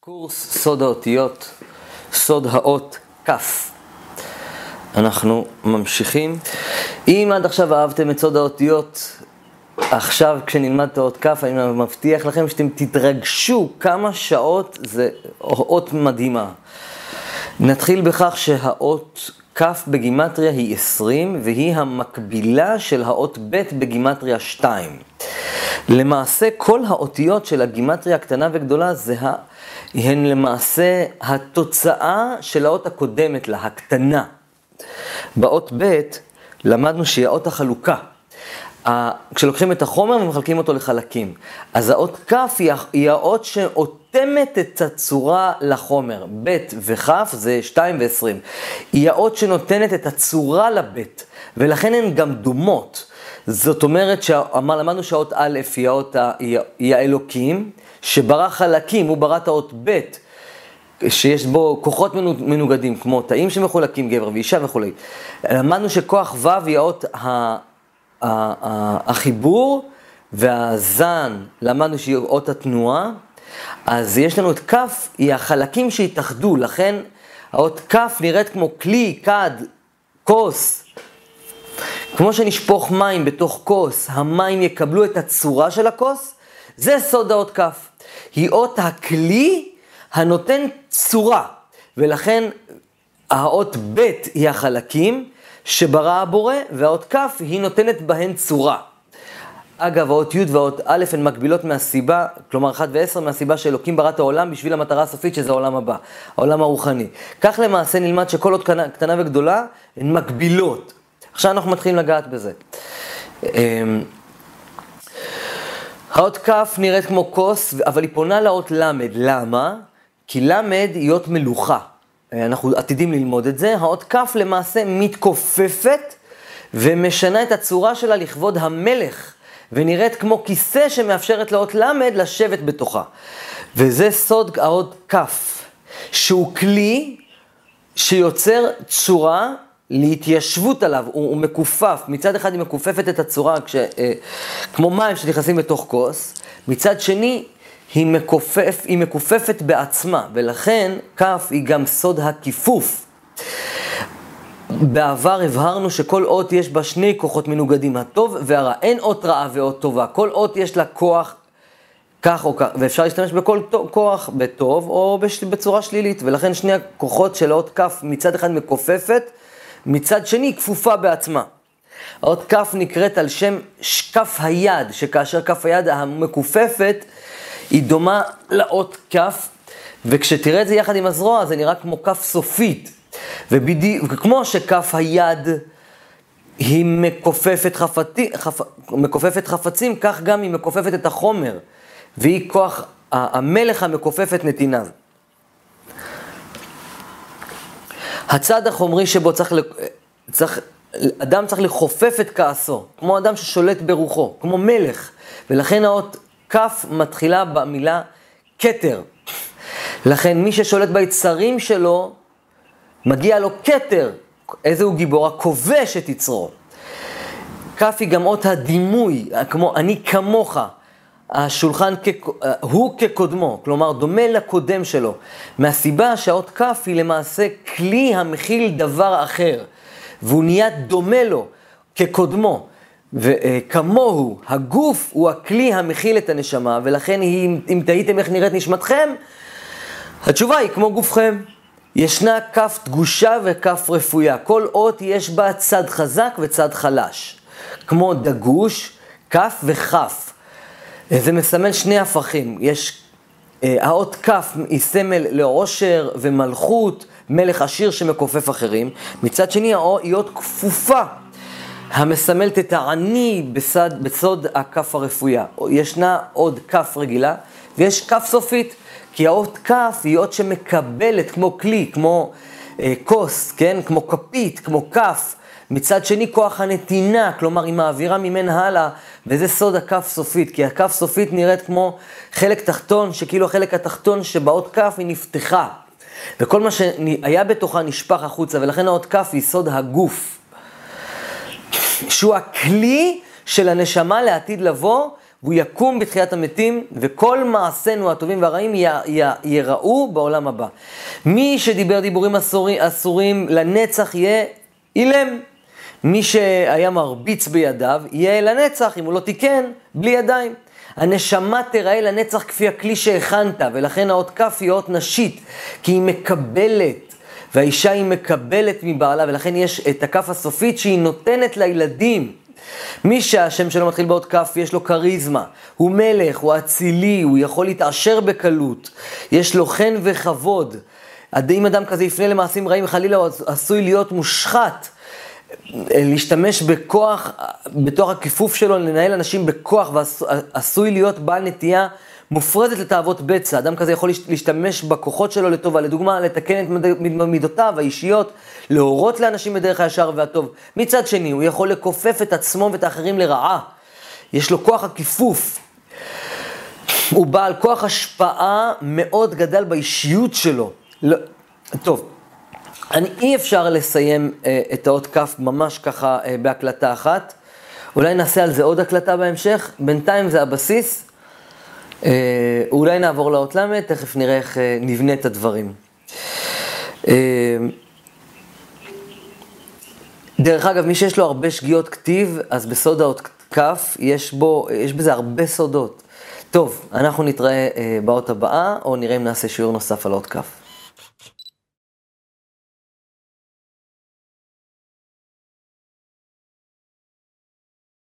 קורס סוד האותיות, סוד האות כף. אנחנו ממשיכים. אם עד עכשיו אהבתם את סוד האותיות, עכשיו כשנלמד את האות כף, אני מבטיח לכם שאתם תתרגשו כמה שעות, זה אות מדהימה. נתחיל בכך שהאות כף בגימטריה היא 20, והיא המקבילה של האות ב' בגימטריה 2. למעשה כל האותיות של הגימטריה הקטנה וגדולה הן למעשה התוצאה של האות הקודמת לה, הקטנה. באות ב' למדנו שהיא האות החלוקה. כשלוקחים את החומר ומחלקים אותו לחלקים. אז האות כף היא האות שאותמת את הצורה לחומר. ב' וכף זה 2 ו-20. היא האות שנותנת את הצורה לב', ולכן הן גם דומות. זאת אומרת למדנו שהאות א' היא האלוקים, שברא חלקים, הוא ברא את האות ב', שיש בו כוחות מנוגדים, כמו תאים שמחולקים, גבר ואישה וכו'. למדנו שכוח ו' היא האות החיבור, והזן, למדנו שהיא אות התנועה. אז יש לנו את כף, היא החלקים שהתאחדו, לכן האות כף נראית כמו כלי, כד, כוס. כמו שנשפוך מים בתוך כוס, המים יקבלו את הצורה של הכוס, זה סוד האות כף. היא אות הכלי הנותן צורה, ולכן האות ב' היא החלקים שברא הבורא, והאות כף היא נותנת בהן צורה. אגב, האות י' והאות א' הן מקבילות מהסיבה, כלומר 1 ו-10 מהסיבה שאלוקים ברא את העולם בשביל המטרה הסופית שזה העולם הבא, העולם הרוחני. כך למעשה נלמד שכל אות קטנה וגדולה הן מקבילות. עכשיו אנחנו מתחילים לגעת בזה. האות כף נראית כמו כוס, אבל היא פונה לאות למד. למה? כי למד היא אות מלוכה. אנחנו עתידים ללמוד את זה. האות כף למעשה מתכופפת ומשנה את הצורה שלה לכבוד המלך, ונראית כמו כיסא שמאפשרת לאות למד לשבת בתוכה. וזה סוד האות כף, שהוא כלי שיוצר צורה להתיישבות עליו, הוא מקופף. מצד אחד היא מקופפת את הצורה, כמו מים שנכנסים לתוך כוס, מצד שני היא מקופפת בעצמה, ולכן כף היא גם סוד הכיפוף. בעבר הבהרנו שכל אות יש בה שני כוחות מנוגדים, הטוב והרע. אין אות רעה ואות טובה, כל אות יש לה כוח כך או כך, ואפשר להשתמש בכל כוח בטוב או בצורה שלילית, ולכן שני הכוחות של האות כף מצד אחד מקופפת, מצד שני כפופה בעצמה. האות כף נקראת על שם כף היד, שכאשר כף היד המקופפת היא דומה לאות כף, וכשתראה את זה יחד עם הזרוע זה נראה כמו כף סופית. וכמו שכף היד היא מקופפת חפצים, כך גם היא מקופפת את החומר, והיא כוח המלך המקופפת נתיניו. הצד החומרי שבו אדם צריך לחופף את כעסו, כמו אדם ששולט ברוחו, כמו מלך, ולכן האות כף מתחילה במילה כתר. לכן מי ששולט ביצרים שלו, מגיע לו כתר. איזה הוא גיבור? הכובש את יצרו. כף היא גם אות הדימוי, כמו אני כמוך. השולחן הוא כקודמו, כלומר דומה לקודם שלו. מהסיבה שהאות כף היא למעשה כלי המכיל דבר אחר, והוא נהיה דומה לו כקודמו. וכמוהו, הגוף הוא הכלי המכיל את הנשמה, ולכן אם תהיתם איך נראית נשמתכם, התשובה היא כמו גופכם. ישנה כף דגושה וכף רפויה. כל אות יש בה צד חזק וצד חלש. כמו דגוש, כף וכף. זה מסמל שני הפכים. האות כף היא סמל לעושר ומלכות, מלך עשיר שמכופף אחרים. מצד שני היא אות כפופה, המסמלת את העני בסוד הכף הרפויה. ישנה עוד כף רגילה ויש כף סופית. כי האות כף היא אות שמקבלת כמו כלי, כמו כוס, כן? כמו כפית, כמו כף. מצד שני כוח הנתינה, כלומר היא מעבירה ממנה הלאה, וזה סוד הכף סופית. כי הכף סופית נראית כמו חלק תחתון, שכאילו החלק התחתון שבאות כף היא נפתחה. וכל מה שהיה בתוכה נשפך החוצה, ולכן האות כף היא סוד הגוף. שהוא הכלי של הנשמה לעתיד לבוא, והוא יקום בתחיית המתים, וכל מעשינו הטובים והרעים יראו בעולם הבא. מי שדיבר דיבורים אסורים לנצח יהיה אילם. מי שהיה מרביץ בידיו יהיה לנצח, אם הוא לא תיקן, בלי ידיים. הנשמה תראה לנצח כפי הכלי שהכנת, ולכן האות כף היא אות נשית, כי היא מקבלת, והאישה היא מקבלת מבעלה, ולכן יש את הכף הסופית שהיא נותנת לילדים. מי שהשם שלו מתחיל באות כף, יש לו קריזמה, הוא מלך, הוא אצילי, הוא יכול להתעשר בקלות, יש לו חן וכבוד. אם אדם כזה יפנה למעשים רעים, חלילה הוא עשוי להיות מושחת, להשתמש בכוח, בתוך הכיפוף שלו, לנהל אנשים בכוח, ועשוי להיות בעל נטייה מופרזת לתאוות בצע. אדם כזה יכול להשתמש בכוחות שלו לטובה, לדוגמה, לתקן את מידותיו האישיות, להורות לאנשים בדרך הישר והטוב. מצד שני, הוא יכול לכופף את עצמו ואת האחרים לרעה. יש לו כוח הכיפוף. הוא בעל כוח השפעה מאוד גדל באישיות שלו. טוב. אי אפשר לסיים את האות כף ממש ככה בהקלטה אחת. אולי נעשה על זה עוד הקלטה בהמשך. בינתיים זה הבסיס. אולי נעבור לאות למד, תכף נראה איך נבנה את הדברים. דרך אגב, מי שיש לו הרבה שגיאות כתיב, אז בסוד האות כף יש בזה הרבה סודות. טוב, אנחנו נתראה באות הבאה, או נראה אם נעשה שיעור נוסף על האות כף.